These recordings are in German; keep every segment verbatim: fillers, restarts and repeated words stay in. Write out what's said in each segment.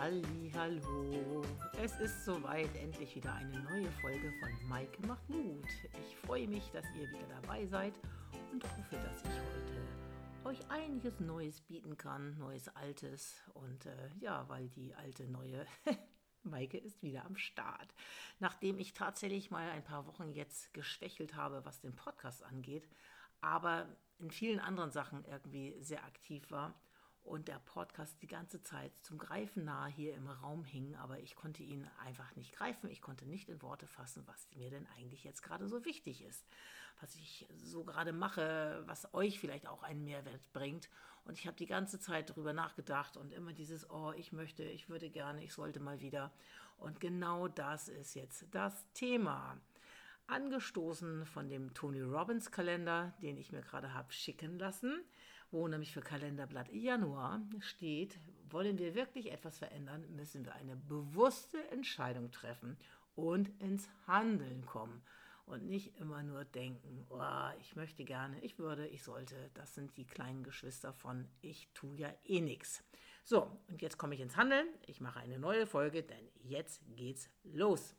Hallihallo, es ist soweit, endlich wieder eine neue Folge von Maike macht Mut. Ich freue mich, dass ihr wieder dabei seid und hoffe, dass ich heute euch einiges Neues bieten kann, Neues Altes und äh, ja, weil die alte neue Maike ist wieder am Start. Nachdem ich tatsächlich mal ein paar Wochen jetzt geschwächelt habe, was den Podcast angeht, aber in vielen anderen Sachen irgendwie sehr aktiv war und der Podcast die ganze Zeit zum Greifen nahe hier im Raum hing, aber ich konnte ihn einfach nicht greifen. Ich konnte nicht in Worte fassen, was mir denn eigentlich jetzt gerade so wichtig ist, was ich so gerade mache, was euch vielleicht auch einen Mehrwert bringt. Und ich habe die ganze Zeit darüber nachgedacht und immer dieses, oh, ich möchte, ich würde gerne, ich sollte mal wieder. Und genau das ist jetzt das Thema. Angestoßen von dem Tony Robbins Kalender, den ich mir gerade habe schicken lassen, wo nämlich für Kalenderblatt Januar steht, wollen wir wirklich etwas verändern, müssen wir eine bewusste Entscheidung treffen und ins Handeln kommen. Und nicht immer nur denken, oh, ich möchte gerne, ich würde, ich sollte. Das sind die kleinen Geschwister von ich tue ja eh nichts. So, und jetzt komme ich ins Handeln. Ich mache eine neue Folge, denn jetzt geht's los.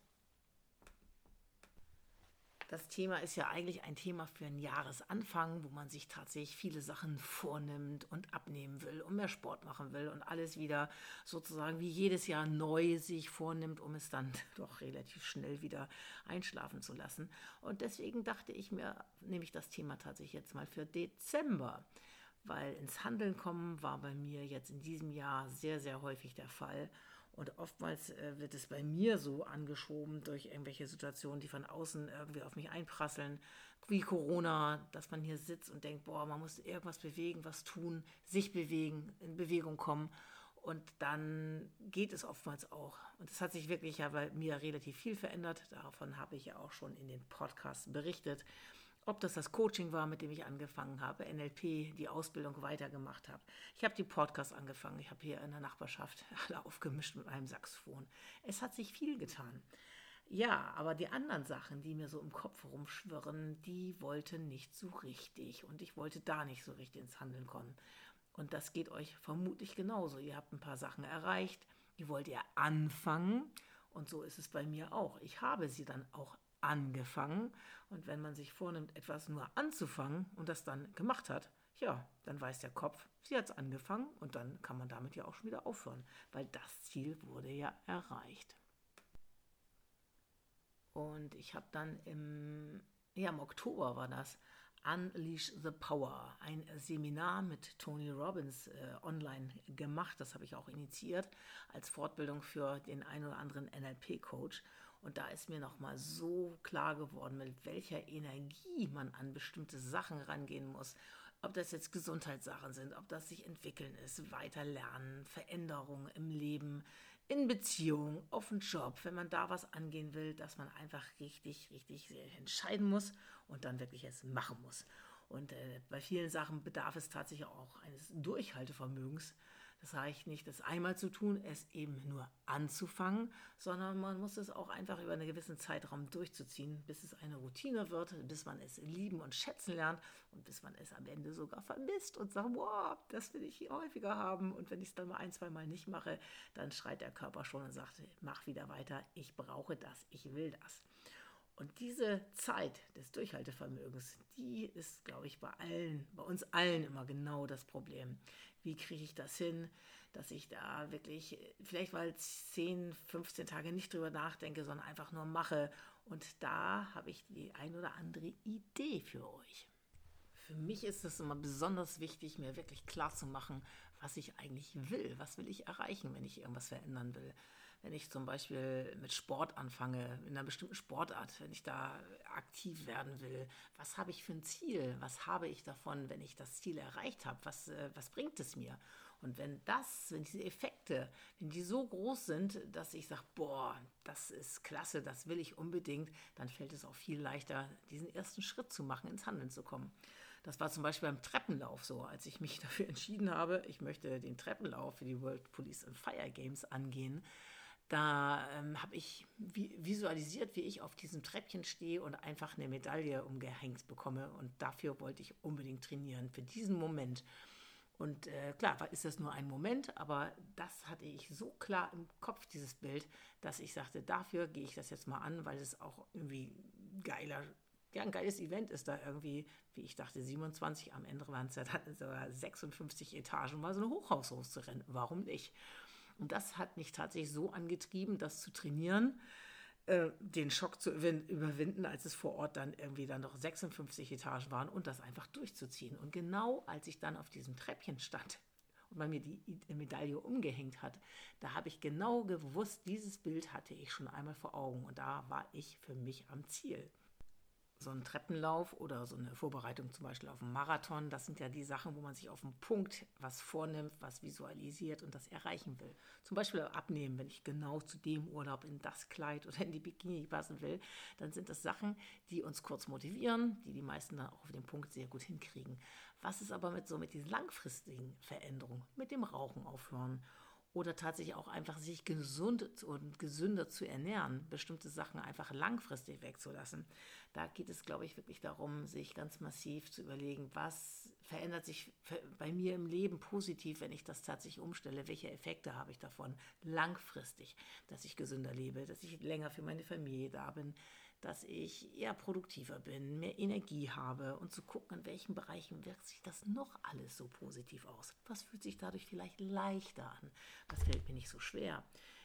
Das Thema ist ja eigentlich ein Thema für einen Jahresanfang, wo man sich tatsächlich viele Sachen vornimmt und abnehmen will und mehr Sport machen will und alles wieder sozusagen wie jedes Jahr neu sich vornimmt, um es dann doch relativ schnell wieder einschlafen zu lassen. Und deswegen dachte ich mir, nehme ich das Thema tatsächlich jetzt mal für Dezember. Weil ins Handeln kommen war bei mir jetzt in diesem Jahr sehr, sehr häufig der Fall. Und oftmals äh, wird es bei mir so angeschoben durch irgendwelche Situationen, die von außen irgendwie auf mich einprasseln, wie Corona, dass man hier sitzt und denkt, boah, man muss irgendwas bewegen, was tun, sich bewegen, in Bewegung kommen. Und dann geht es oftmals auch. Und es hat sich wirklich ja bei mir relativ viel verändert. Davon habe ich ja auch schon in den Podcasts berichtet. Ob das das Coaching war, mit dem ich angefangen habe, N L P, die Ausbildung weitergemacht habe. Ich habe die Podcasts angefangen. Ich habe hier in der Nachbarschaft alle aufgemischt mit einem Saxophon. Es hat sich viel getan. Ja, aber die anderen Sachen, die mir so im Kopf rumschwirren, die wollten nicht so richtig. Und ich wollte da nicht so richtig ins Handeln kommen. Und das geht euch vermutlich genauso. Ihr habt ein paar Sachen erreicht, die wollt ihr anfangen. Und so ist es bei mir auch. Ich habe sie dann auch angefangen. Und wenn man sich vornimmt, etwas nur anzufangen und das dann gemacht hat, ja, dann weiß der Kopf, sie hat es angefangen und dann kann man damit ja auch schon wieder aufhören, weil das Ziel wurde ja erreicht. Und ich habe dann im, ja, im Oktober war das, Unleash the Power, ein Seminar mit Tony Robbins äh, online gemacht. Das habe ich auch initiiert als Fortbildung für den einen oder anderen N L P-Coach. Und da ist mir nochmal so klar geworden, mit welcher Energie man an bestimmte Sachen rangehen muss. Ob das jetzt Gesundheitssachen sind, ob das sich entwickeln ist, weiterlernen, Veränderungen im Leben, in Beziehung, auf den Job, wenn man da was angehen will, dass man einfach richtig, richtig entscheiden muss und dann wirklich es machen muss. Und äh, bei vielen Sachen bedarf es tatsächlich auch eines Durchhaltevermögens. Das reicht nicht, das einmal zu tun, es eben nur anzufangen, sondern man muss es auch einfach über einen gewissen Zeitraum durchzuziehen, bis es eine Routine wird, bis man es lieben und schätzen lernt und bis man es am Ende sogar vermisst und sagt, wow, das will ich häufiger haben. Und wenn ich es dann mal ein, zwei Mal nicht mache, dann schreit der Körper schon und sagt, mach wieder weiter, ich brauche das, ich will das. Und diese Zeit des Durchhaltevermögens, die ist, glaube ich, bei allen, bei uns allen immer genau das Problem. Wie kriege ich das hin, dass ich da wirklich, vielleicht mal zehn, fünfzehn Tage nicht drüber nachdenke, sondern einfach nur mache. Und da habe ich die ein oder andere Idee für euch. Für mich ist es immer besonders wichtig, mir wirklich klar zu machen, was ich eigentlich will. Was will ich erreichen, wenn ich irgendwas verändern will? Wenn ich zum Beispiel mit Sport anfange, in einer bestimmten Sportart, wenn ich da aktiv werden will, was habe ich für ein Ziel? Was habe ich davon, wenn ich das Ziel erreicht habe? Was, äh, was bringt es mir? Und wenn das, wenn diese Effekte, wenn die so groß sind, dass ich sage, boah, das ist klasse, das will ich unbedingt, dann fällt es auch viel leichter, diesen ersten Schritt zu machen, ins Handeln zu kommen. Das war zum Beispiel beim Treppenlauf so, als ich mich dafür entschieden habe, ich möchte den Treppenlauf für die World Police and Fire Games angehen. Da ähm, habe ich vi- visualisiert, wie ich auf diesem Treppchen stehe und einfach eine Medaille umgehängt bekomme. Und dafür wollte ich unbedingt trainieren, für diesen Moment. Und äh, klar, war- ist das nur ein Moment, aber das hatte ich so klar im Kopf, dieses Bild, dass ich sagte, dafür gehe ich das jetzt mal an, weil es auch irgendwie geiler, ja, ein geiles Event ist da irgendwie, wie ich dachte, siebenundzwanzig, am Ende waren es ja dann sogar sechsundfünfzig Etagen, mal so eine Hochhaus hochzurennen. Warum nicht? Und das hat mich tatsächlich so angetrieben, das zu trainieren, äh, den Schock zu überwinden, als es vor Ort dann irgendwie dann noch sechsundfünfzig Etagen waren und das einfach durchzuziehen. Und genau als ich dann auf diesem Treppchen stand und man mir die Medaille umgehängt hat, da habe ich genau gewusst, dieses Bild hatte ich schon einmal vor Augen und da war ich für mich am Ziel. So ein Treppenlauf oder so eine Vorbereitung zum Beispiel auf einen Marathon, das sind ja die Sachen, wo man sich auf den Punkt was vornimmt, was visualisiert und das erreichen will. Zum Beispiel abnehmen, wenn ich genau zu dem Urlaub in das Kleid oder in die Bikini passen will, dann sind das Sachen, die uns kurz motivieren, die die meisten dann auch auf den Punkt sehr gut hinkriegen. Was ist aber mit so mit diesen langfristigen Veränderungen, mit dem Rauchen aufhören oder tatsächlich auch einfach sich gesund und gesünder zu ernähren, bestimmte Sachen einfach langfristig wegzulassen. Da geht es, glaube ich, wirklich darum, sich ganz massiv zu überlegen, was verändert sich bei mir im Leben positiv, wenn ich das tatsächlich umstelle, welche Effekte habe ich davon langfristig, dass ich gesünder lebe, dass ich länger für meine Familie da bin, dass ich eher produktiver bin, mehr Energie habe und zu gucken, in welchen Bereichen wirkt sich das noch alles so positiv aus. Was fühlt sich dadurch vielleicht leichter an? Was fällt mir nicht so schwer?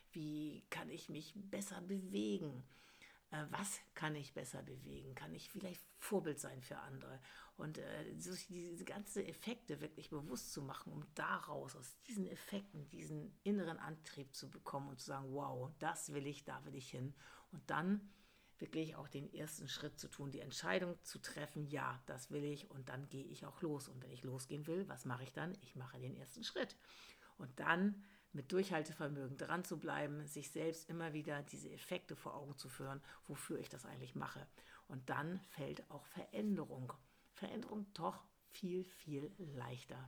Wie kann ich mich besser bewegen? Äh, was kann ich besser bewegen? Kann ich vielleicht Vorbild sein für andere? Und äh, so diese ganzen Effekte wirklich bewusst zu machen, um daraus, aus diesen Effekten, diesen inneren Antrieb zu bekommen und zu sagen, wow, das will ich, da will ich hin. Und dann wirklich auch den ersten Schritt zu tun, die Entscheidung zu treffen, ja, das will ich und dann gehe ich auch los. Und wenn ich losgehen will, was mache ich dann? Ich mache den ersten Schritt. Und dann mit Durchhaltevermögen dran zu bleiben, sich selbst immer wieder diese Effekte vor Augen zu führen, wofür ich das eigentlich mache. Und dann fällt auch Veränderung. Veränderung doch viel, viel leichter.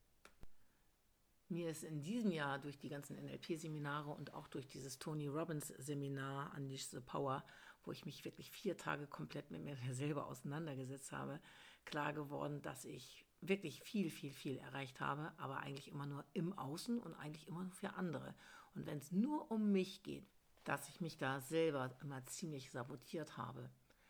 Mir ist in diesem Jahr durch die ganzen N L P-Seminare und auch durch dieses Tony Robbins-Seminar Unleash the Power, wo ich mich wirklich vier Tage komplett mit mir selber auseinandergesetzt habe, klar geworden, dass ich wirklich viel, viel, viel erreicht habe, aber eigentlich immer nur im Außen und eigentlich immer nur für andere. Und wenn es nur um mich geht, dass ich mich da selber immer ziemlich sabotiert habe.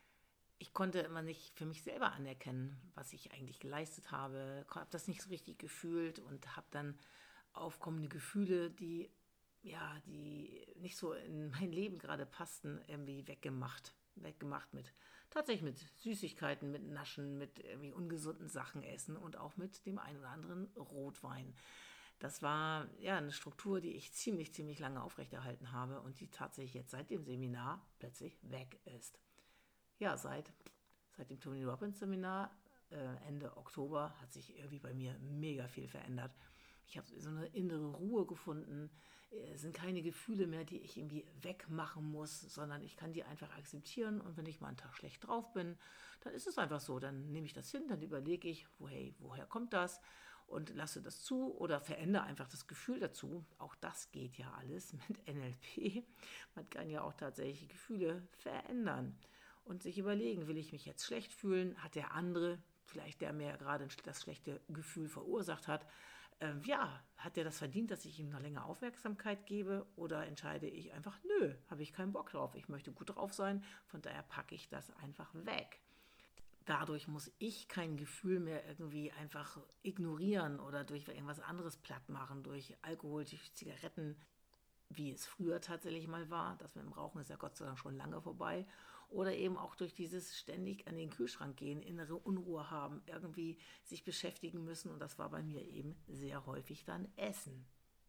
Ich konnte immer nicht für mich selber anerkennen, was ich eigentlich geleistet habe, habe das nicht so richtig gefühlt und habe dann aufkommende Gefühle, die ja, die nicht so in mein Leben gerade passten, irgendwie weggemacht. Weggemacht mit tatsächlich mit Süßigkeiten, mit Naschen, mit irgendwie ungesunden Sachen essen und auch mit dem einen oder anderen Rotwein. Das war ja eine Struktur, die ich ziemlich, ziemlich lange aufrechterhalten habe und die tatsächlich jetzt seit dem Seminar plötzlich weg ist. Ja, seit, seit dem Tony Robbins Seminar äh, Ende Oktober hat sich irgendwie bei mir mega viel verändert. Ich habe so eine innere Ruhe gefunden. Es sind keine Gefühle mehr, die ich irgendwie wegmachen muss, sondern ich kann die einfach akzeptieren. Und wenn ich mal einen Tag schlecht drauf bin, dann ist es einfach so. Dann nehme ich das hin, dann überlege ich, wo, hey, woher kommt das? Und lasse das zu oder verändere einfach das Gefühl dazu. Auch das geht ja alles mit N L P. Man kann ja auch tatsächlich Gefühle verändern und sich überlegen, will ich mich jetzt schlecht fühlen? Hat der andere, vielleicht der mir gerade das schlechte Gefühl verursacht hat, ähm, ja, hat der das verdient, dass ich ihm noch länger Aufmerksamkeit gebe? Oder entscheide ich einfach, nö, habe ich keinen Bock drauf. Ich möchte gut drauf sein, von daher packe ich das einfach weg. Dadurch muss ich kein Gefühl mehr irgendwie einfach ignorieren oder durch irgendwas anderes platt machen, durch Alkohol, durch Zigaretten, wie es früher tatsächlich mal war. Das mit dem Rauchen ist ja Gott sei Dank schon lange vorbei. Oder eben auch durch dieses ständig an den Kühlschrank gehen, innere Unruhe haben, irgendwie sich beschäftigen müssen. Und das war bei mir eben sehr häufig dann Essen.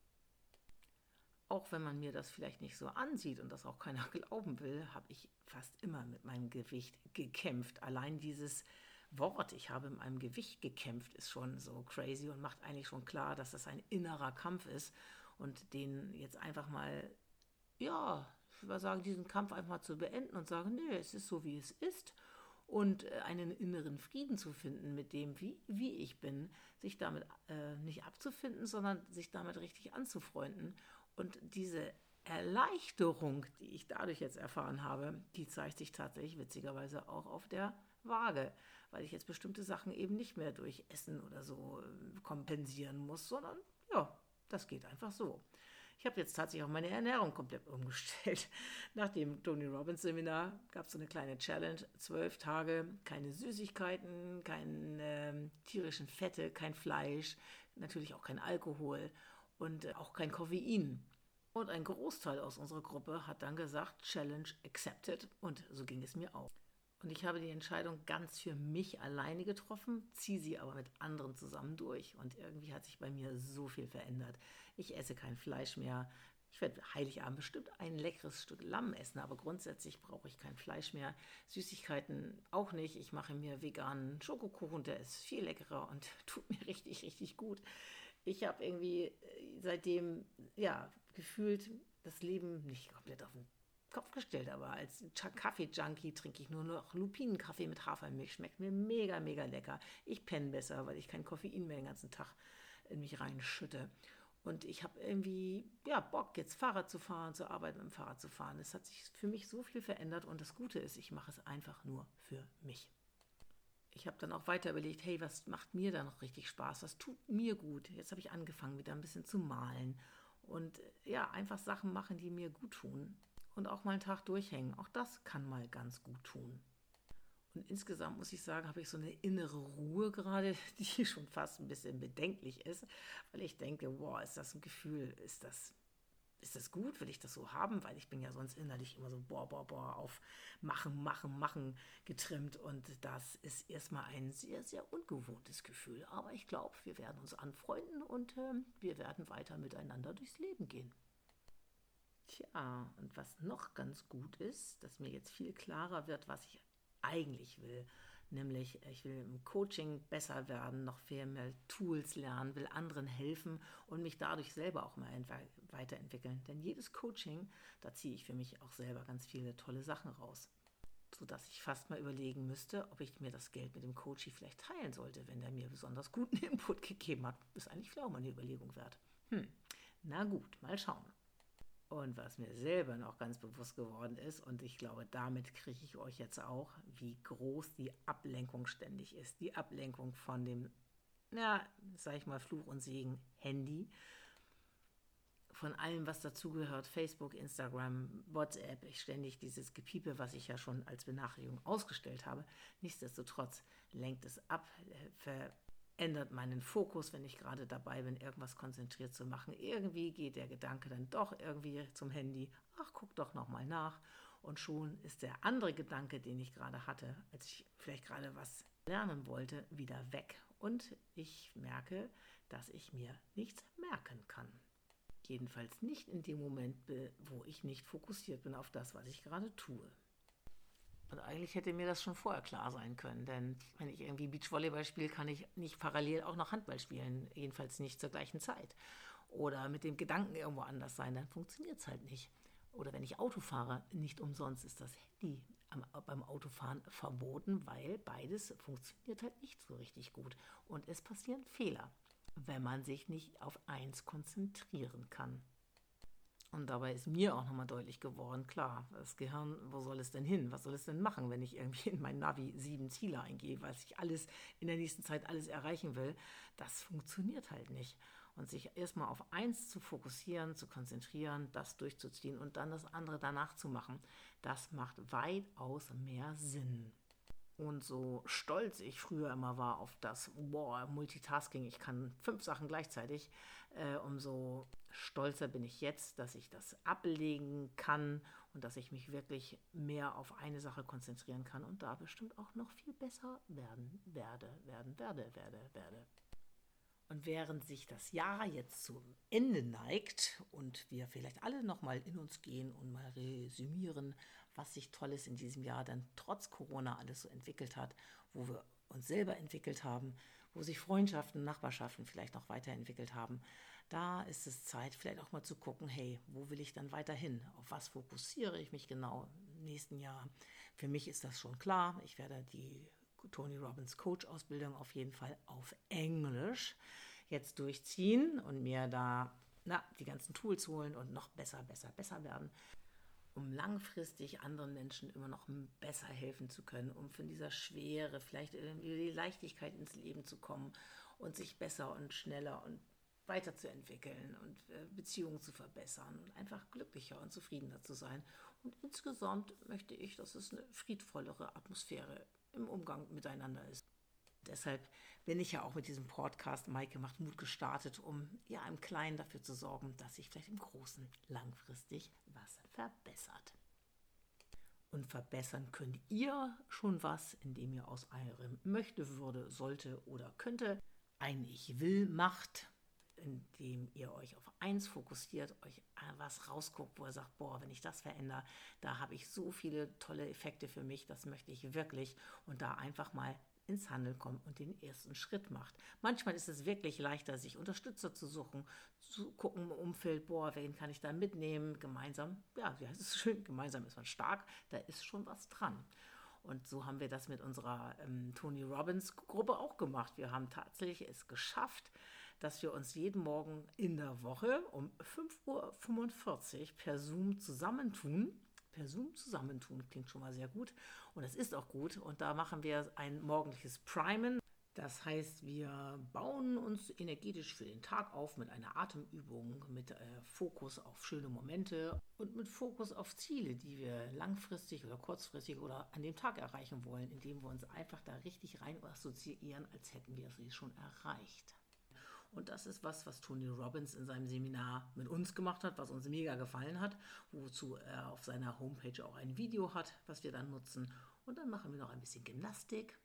Auch wenn man mir das vielleicht nicht so ansieht und das auch keiner glauben will, habe ich fast immer mit meinem Gewicht gekämpft. Allein dieses Wort, ich habe mit meinem Gewicht gekämpft, ist schon so crazy und macht eigentlich schon klar, dass das ein innerer Kampf ist und den jetzt einfach mal, ja, ich würde sagen, diesen Kampf einfach mal zu beenden und sagen, nee, es ist so, wie es ist und einen inneren Frieden zu finden mit dem, wie, wie ich bin, sich damit äh, nicht abzufinden, sondern sich damit richtig anzufreunden und diese Erleichterung, die ich dadurch jetzt erfahren habe, die zeigt sich tatsächlich witzigerweise auch auf der Waage, weil ich jetzt bestimmte Sachen eben nicht mehr durch Essen oder so äh, kompensieren muss, sondern ja, das geht einfach so. Ich habe jetzt tatsächlich auch meine Ernährung komplett umgestellt. Nach dem Tony Robbins Seminar gab es so eine kleine Challenge, zwölf Tage, keine Süßigkeiten, keine ähm, tierischen Fette, kein Fleisch, natürlich auch kein Alkohol und äh, auch kein Koffein. Und ein Großteil aus unserer Gruppe hat dann gesagt, Challenge accepted. Und so ging es mir auch. Und ich habe die Entscheidung ganz für mich alleine getroffen, ziehe sie aber mit anderen zusammen durch. Und irgendwie hat sich bei mir so viel verändert. Ich esse kein Fleisch mehr. Ich werde Heiligabend bestimmt ein leckeres Stück Lamm essen, aber grundsätzlich brauche ich kein Fleisch mehr. Süßigkeiten auch nicht. Ich mache mir veganen Schokokuchen, der ist viel leckerer und tut mir richtig, richtig gut. Ich habe irgendwie seitdem, ja, gefühlt das Leben nicht komplett auf den Kopf gestellt, aber als Kaffee-Junkie trinke ich nur noch Lupinenkaffee mit Hafermilch. Schmeckt mir mega, mega lecker. Ich penne besser, weil ich kein Koffein mehr den ganzen Tag in mich reinschütte. Und ich habe irgendwie, ja, Bock, jetzt Fahrrad zu fahren, zur Arbeit mit dem Fahrrad zu fahren. Es hat sich für mich so viel verändert und das Gute ist, ich mache es einfach nur für mich. Ich habe dann auch weiter überlegt, hey, was macht mir da noch richtig Spaß? Was tut mir gut? Jetzt habe ich angefangen, wieder ein bisschen zu malen und ja, einfach Sachen machen, die mir gut tun und auch mal einen Tag durchhängen. Auch das kann mal ganz gut tun. Und insgesamt muss ich sagen, habe ich so eine innere Ruhe gerade, die schon fast ein bisschen bedenklich ist, weil ich denke, boah, ist das ein Gefühl, ist das, ist das gut, will ich das so haben? Weil ich bin ja sonst innerlich immer so boah, boah, boah, auf machen, machen, machen getrimmt und das ist erstmal ein sehr, sehr ungewohntes Gefühl. Aber ich glaube, wir werden uns anfreunden und äh, wir werden weiter miteinander durchs Leben gehen. Tja, und was noch ganz gut ist, dass mir jetzt viel klarer wird, was ich eigentlich will. Nämlich, ich will im Coaching besser werden, noch viel mehr Tools lernen, will anderen helfen und mich dadurch selber auch mal weiterentwickeln. Denn jedes Coaching, da ziehe ich für mich auch selber ganz viele tolle Sachen raus. Sodass ich fast mal überlegen müsste, ob ich mir das Geld mit dem Coachie vielleicht teilen sollte, wenn der mir besonders guten Input gegeben hat. Ist eigentlich vielleicht auch mal eine Überlegung wert. Hm, na gut, mal schauen. Und was mir selber noch ganz bewusst geworden ist, und ich glaube, damit kriege ich euch jetzt auch, wie groß die Ablenkung ständig ist. Die Ablenkung von dem, ja, sag ich mal, Fluch und Segen, Handy, von allem, was dazugehört, Facebook, Instagram, WhatsApp, ich ständig dieses Gepiepe, was ich ja schon als Benachrichtigung ausgestellt habe. Nichtsdestotrotz lenkt es ab, verändert meinen Fokus, wenn ich gerade dabei bin, irgendwas konzentriert zu machen. Irgendwie geht der Gedanke dann doch irgendwie zum Handy. Ach, guck doch nochmal nach. Und schon ist der andere Gedanke, den ich gerade hatte, als ich vielleicht gerade was lernen wollte, wieder weg. Und ich merke, dass ich mir nichts merken kann. Jedenfalls nicht in dem Moment, wo ich nicht fokussiert bin auf das, was ich gerade tue. Und eigentlich hätte mir das schon vorher klar sein können, denn wenn ich irgendwie Beachvolleyball spiele, kann ich nicht parallel auch noch Handball spielen, jedenfalls nicht zur gleichen Zeit. Oder mit dem Gedanken irgendwo anders sein, dann funktioniert es halt nicht. Oder wenn ich Auto fahre, nicht umsonst ist das Handy am, beim Autofahren verboten, weil beides funktioniert halt nicht so richtig gut. Und es passieren Fehler, wenn man sich nicht auf eins konzentrieren kann. Und dabei ist mir auch nochmal deutlich geworden, klar, das Gehirn, wo soll es denn hin? Was soll es denn machen, wenn ich irgendwie in mein Navi sieben Ziele eingehe, weil ich alles in der nächsten Zeit alles erreichen will? Das funktioniert halt nicht. Und sich erstmal auf eins zu fokussieren, zu konzentrieren, das durchzuziehen und dann das andere danach zu machen, das macht weitaus mehr Sinn. Und so stolz ich früher immer war auf das, boah, Multitasking, ich kann fünf Sachen gleichzeitig, äh, umso stolzer bin ich jetzt, dass ich das ablegen kann und dass ich mich wirklich mehr auf eine Sache konzentrieren kann und da bestimmt auch noch viel besser werden werde, werden werde, werde, werde. Und während sich das Jahr jetzt zum Ende neigt und wir vielleicht alle nochmal in uns gehen und mal resümieren, was sich Tolles in diesem Jahr dann trotz Corona alles so entwickelt hat, wo wir uns selber entwickelt haben, wo sich Freundschaften, Nachbarschaften vielleicht noch weiterentwickelt haben, da ist es Zeit, vielleicht auch mal zu gucken, hey, wo will ich dann weiterhin? Auf was fokussiere ich mich genau im nächsten Jahr? Für mich ist das schon klar, ich werde die Tony Robbins Coach-Ausbildung auf jeden Fall auf Englisch jetzt durchziehen und mir da na, die ganzen Tools holen und noch besser, besser, besser werden, um langfristig anderen Menschen immer noch besser helfen zu können, um von dieser Schwere vielleicht in die Leichtigkeit ins Leben zu kommen und sich besser und schneller und weiterzuentwickeln und äh, Beziehungen zu verbessern und einfach glücklicher und zufriedener zu sein. Und insgesamt möchte ich, dass es eine friedvollere Atmosphäre im Umgang miteinander ist. Deshalb bin ich ja auch mit diesem Podcast Maike macht Mut gestartet, um ja im Kleinen dafür zu sorgen, dass sich vielleicht im Großen langfristig was verbessert. Und verbessern könnt ihr schon was, indem ihr aus eurem möchte, würde, sollte oder könnte ein Ich will macht, indem ihr euch auf eins fokussiert, euch was rausguckt, wo ihr sagt, boah, wenn ich das verändere, da habe ich so viele tolle Effekte für mich, das möchte ich wirklich, und da einfach mal ins Handeln kommt und den ersten Schritt macht. Manchmal ist es wirklich leichter, sich Unterstützer zu suchen, zu gucken im Umfeld, boah, wen kann ich da mitnehmen, gemeinsam, ja, wie heißt es schön, gemeinsam ist man stark, da ist schon was dran. Und so haben wir das mit unserer ähm, Tony Robbins Gruppe auch gemacht. Wir haben tatsächlich es geschafft, dass wir uns jeden Morgen in der Woche um fünf Uhr fünfundvierzig per Zoom zusammentun. Per Zoom zusammentun klingt schon mal sehr gut und es ist auch gut. Und da machen wir ein morgendliches Primen. Das heißt, wir bauen uns energetisch für den Tag auf mit einer Atemübung, mit äh, Fokus auf schöne Momente und mit Fokus auf Ziele, die wir langfristig oder kurzfristig oder an dem Tag erreichen wollen, indem wir uns einfach da richtig rein assoziieren, als hätten wir sie schon erreicht. Und das ist was, was Tony Robbins in seinem Seminar mit uns gemacht hat, was uns mega gefallen hat, wozu er auf seiner Homepage auch ein Video hat, was wir dann nutzen. Und dann machen wir noch ein bisschen Gymnastik.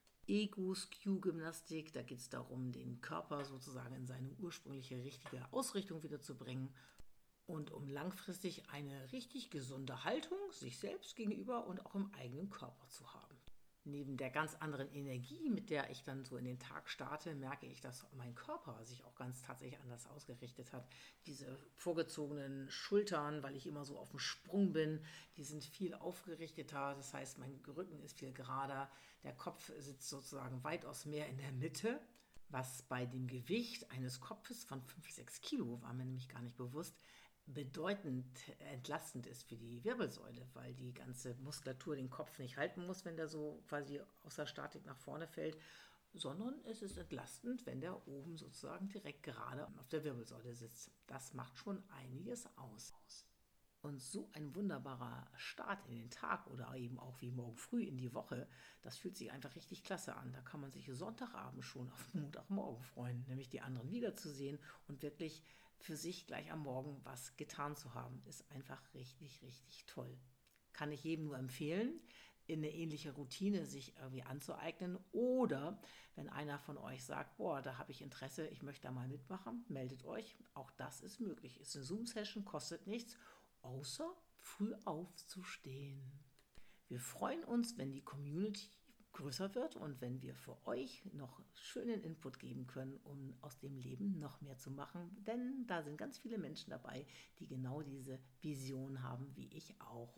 Ego-Skew-Gymnastik, da geht es darum, den Körper sozusagen in seine ursprüngliche, richtige Ausrichtung wieder zu bringen und um langfristig eine richtig gesunde Haltung sich selbst gegenüber und auch im eigenen Körper zu haben. Neben der ganz anderen Energie, mit der ich dann so in den Tag starte, merke ich, dass mein Körper sich auch ganz tatsächlich anders ausgerichtet hat. Diese vorgezogenen Schultern, weil ich immer so auf dem Sprung bin, die sind viel aufgerichteter. Das heißt, mein Rücken ist viel gerader. Der Kopf sitzt sozusagen weitaus mehr in der Mitte, was bei dem Gewicht eines Kopfes von fünf, sechs Kilo, war mir nämlich gar nicht bewusst, bedeutend entlastend ist für die Wirbelsäule, weil die ganze Muskulatur den Kopf nicht halten muss, wenn der so quasi aus der Statik nach vorne fällt, sondern es ist entlastend, wenn der oben sozusagen direkt gerade auf der Wirbelsäule sitzt. Das macht schon einiges aus. Und so ein wunderbarer Start in den Tag oder eben auch wie morgen früh in die Woche, das fühlt sich einfach richtig klasse an. Da kann man sich Sonntagabend schon auf Montagmorgen freuen, nämlich die anderen wiederzusehen und wirklich für sich gleich am Morgen was getan zu haben, ist einfach richtig, richtig toll. Kann ich jedem nur empfehlen, in eine ähnliche Routine sich irgendwie anzueignen oder wenn einer von euch sagt, boah, da habe ich Interesse, ich möchte da mal mitmachen, meldet euch. Auch das ist möglich. Ist eine Zoom-Session, kostet nichts, außer früh aufzustehen. Wir freuen uns, wenn die Community größer wird und wenn wir für euch noch schönen Input geben können, um aus dem Leben noch mehr zu machen. Denn da sind ganz viele Menschen dabei, die genau diese Vision haben, wie ich auch.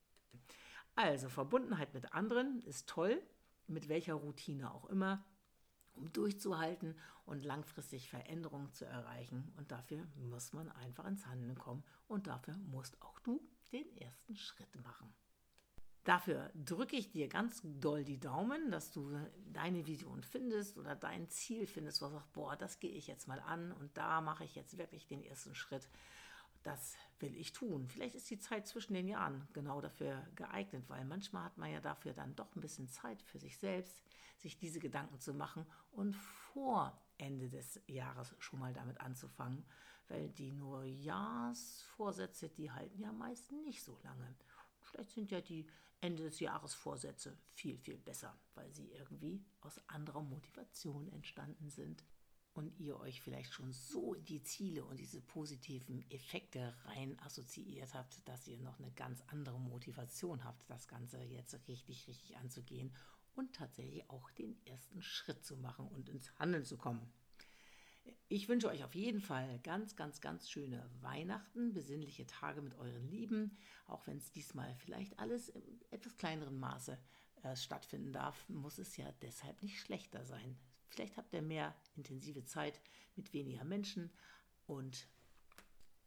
Also Verbundenheit mit anderen ist toll, mit welcher Routine auch immer, um durchzuhalten und langfristig Veränderungen zu erreichen. Und dafür muss man einfach ins Handeln kommen und dafür musst auch du den ersten Schritt machen. Dafür drücke ich dir ganz doll die Daumen, dass du deine Vision findest oder dein Ziel findest, wo du sagst, boah, das gehe ich jetzt mal an und da mache ich jetzt wirklich den ersten Schritt. Das will ich tun. Vielleicht ist die Zeit zwischen den Jahren genau dafür geeignet, weil manchmal hat man ja dafür dann doch ein bisschen Zeit für sich selbst, sich diese Gedanken zu machen und vor Ende des Jahres schon mal damit anzufangen, weil die Neujahrsvorsätze, die halten ja meist nicht so lange. Vielleicht sind ja die Ende des Jahres Vorsätze viel, viel besser, weil sie irgendwie aus anderer Motivation entstanden sind und ihr euch vielleicht schon so in die Ziele und diese positiven Effekte rein assoziiert habt, dass ihr noch eine ganz andere Motivation habt, das Ganze jetzt richtig, richtig anzugehen und tatsächlich auch den ersten Schritt zu machen und ins Handeln zu kommen. Ich wünsche euch auf jeden Fall ganz, ganz, ganz schöne Weihnachten, besinnliche Tage mit euren Lieben, auch wenn es diesmal vielleicht alles im etwas kleineren Maße äh, stattfinden darf, muss es ja deshalb nicht schlechter sein. Vielleicht habt ihr mehr intensive Zeit mit weniger Menschen und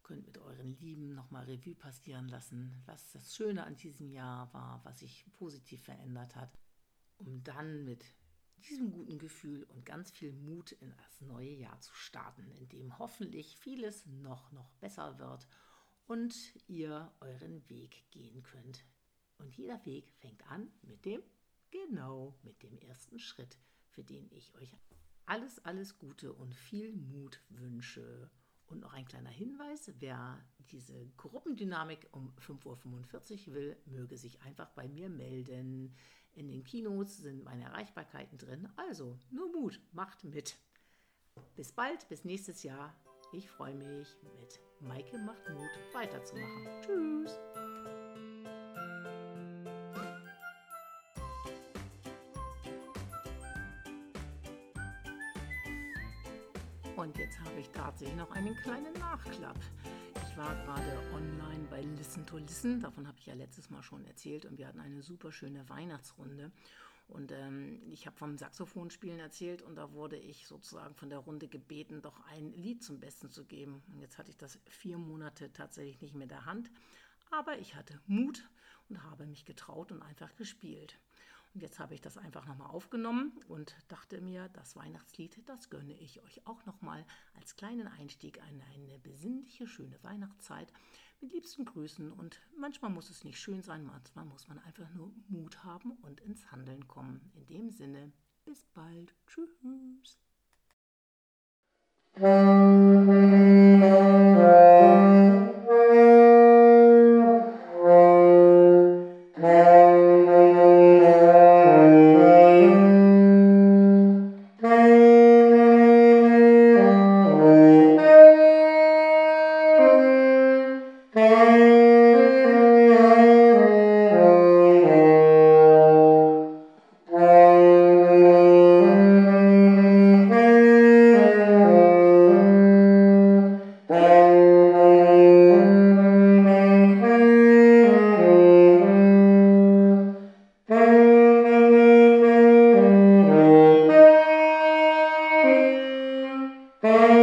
könnt mit euren Lieben nochmal Revue passieren lassen, was das Schöne an diesem Jahr war, was sich positiv verändert hat, um dann mit diesem guten Gefühl und ganz viel Mut in das neue Jahr zu starten, in dem hoffentlich vieles noch, noch besser wird und ihr euren Weg gehen könnt. Und jeder Weg fängt an mit dem, genau, mit dem ersten Schritt, für den ich euch alles, alles Gute und viel Mut wünsche. Und noch ein kleiner Hinweis, wer diese Gruppendynamik um fünf Uhr fünfundvierzig will, möge sich einfach bei mir melden. In den Keynotes sind meine Erreichbarkeiten drin, also nur Mut, macht mit. Bis bald, bis nächstes Jahr. Ich freue mich, mit Maike macht Mut weiterzumachen. Tschüss! Und jetzt habe ich tatsächlich noch einen kleinen Nachklapp. Ich war gerade online bei Listen to Listen, davon habe ich ja letztes Mal schon erzählt, und wir hatten eine super schöne Weihnachtsrunde. Und ähm, ich habe vom Saxophonspielen erzählt und da wurde ich sozusagen von der Runde gebeten, doch ein Lied zum Besten zu geben. Und jetzt hatte ich das vier Monate tatsächlich nicht mehr in der Hand, aber ich hatte Mut und habe mich getraut und einfach gespielt. Und jetzt habe ich das einfach nochmal aufgenommen und dachte mir, das Weihnachtslied, das gönne ich euch auch nochmal als kleinen Einstieg in eine besinnliche, schöne Weihnachtszeit mit liebsten Grüßen. Und manchmal muss es nicht schön sein, manchmal muss man einfach nur Mut haben und ins Handeln kommen. In dem Sinne, bis bald. Tschüss. Thank you.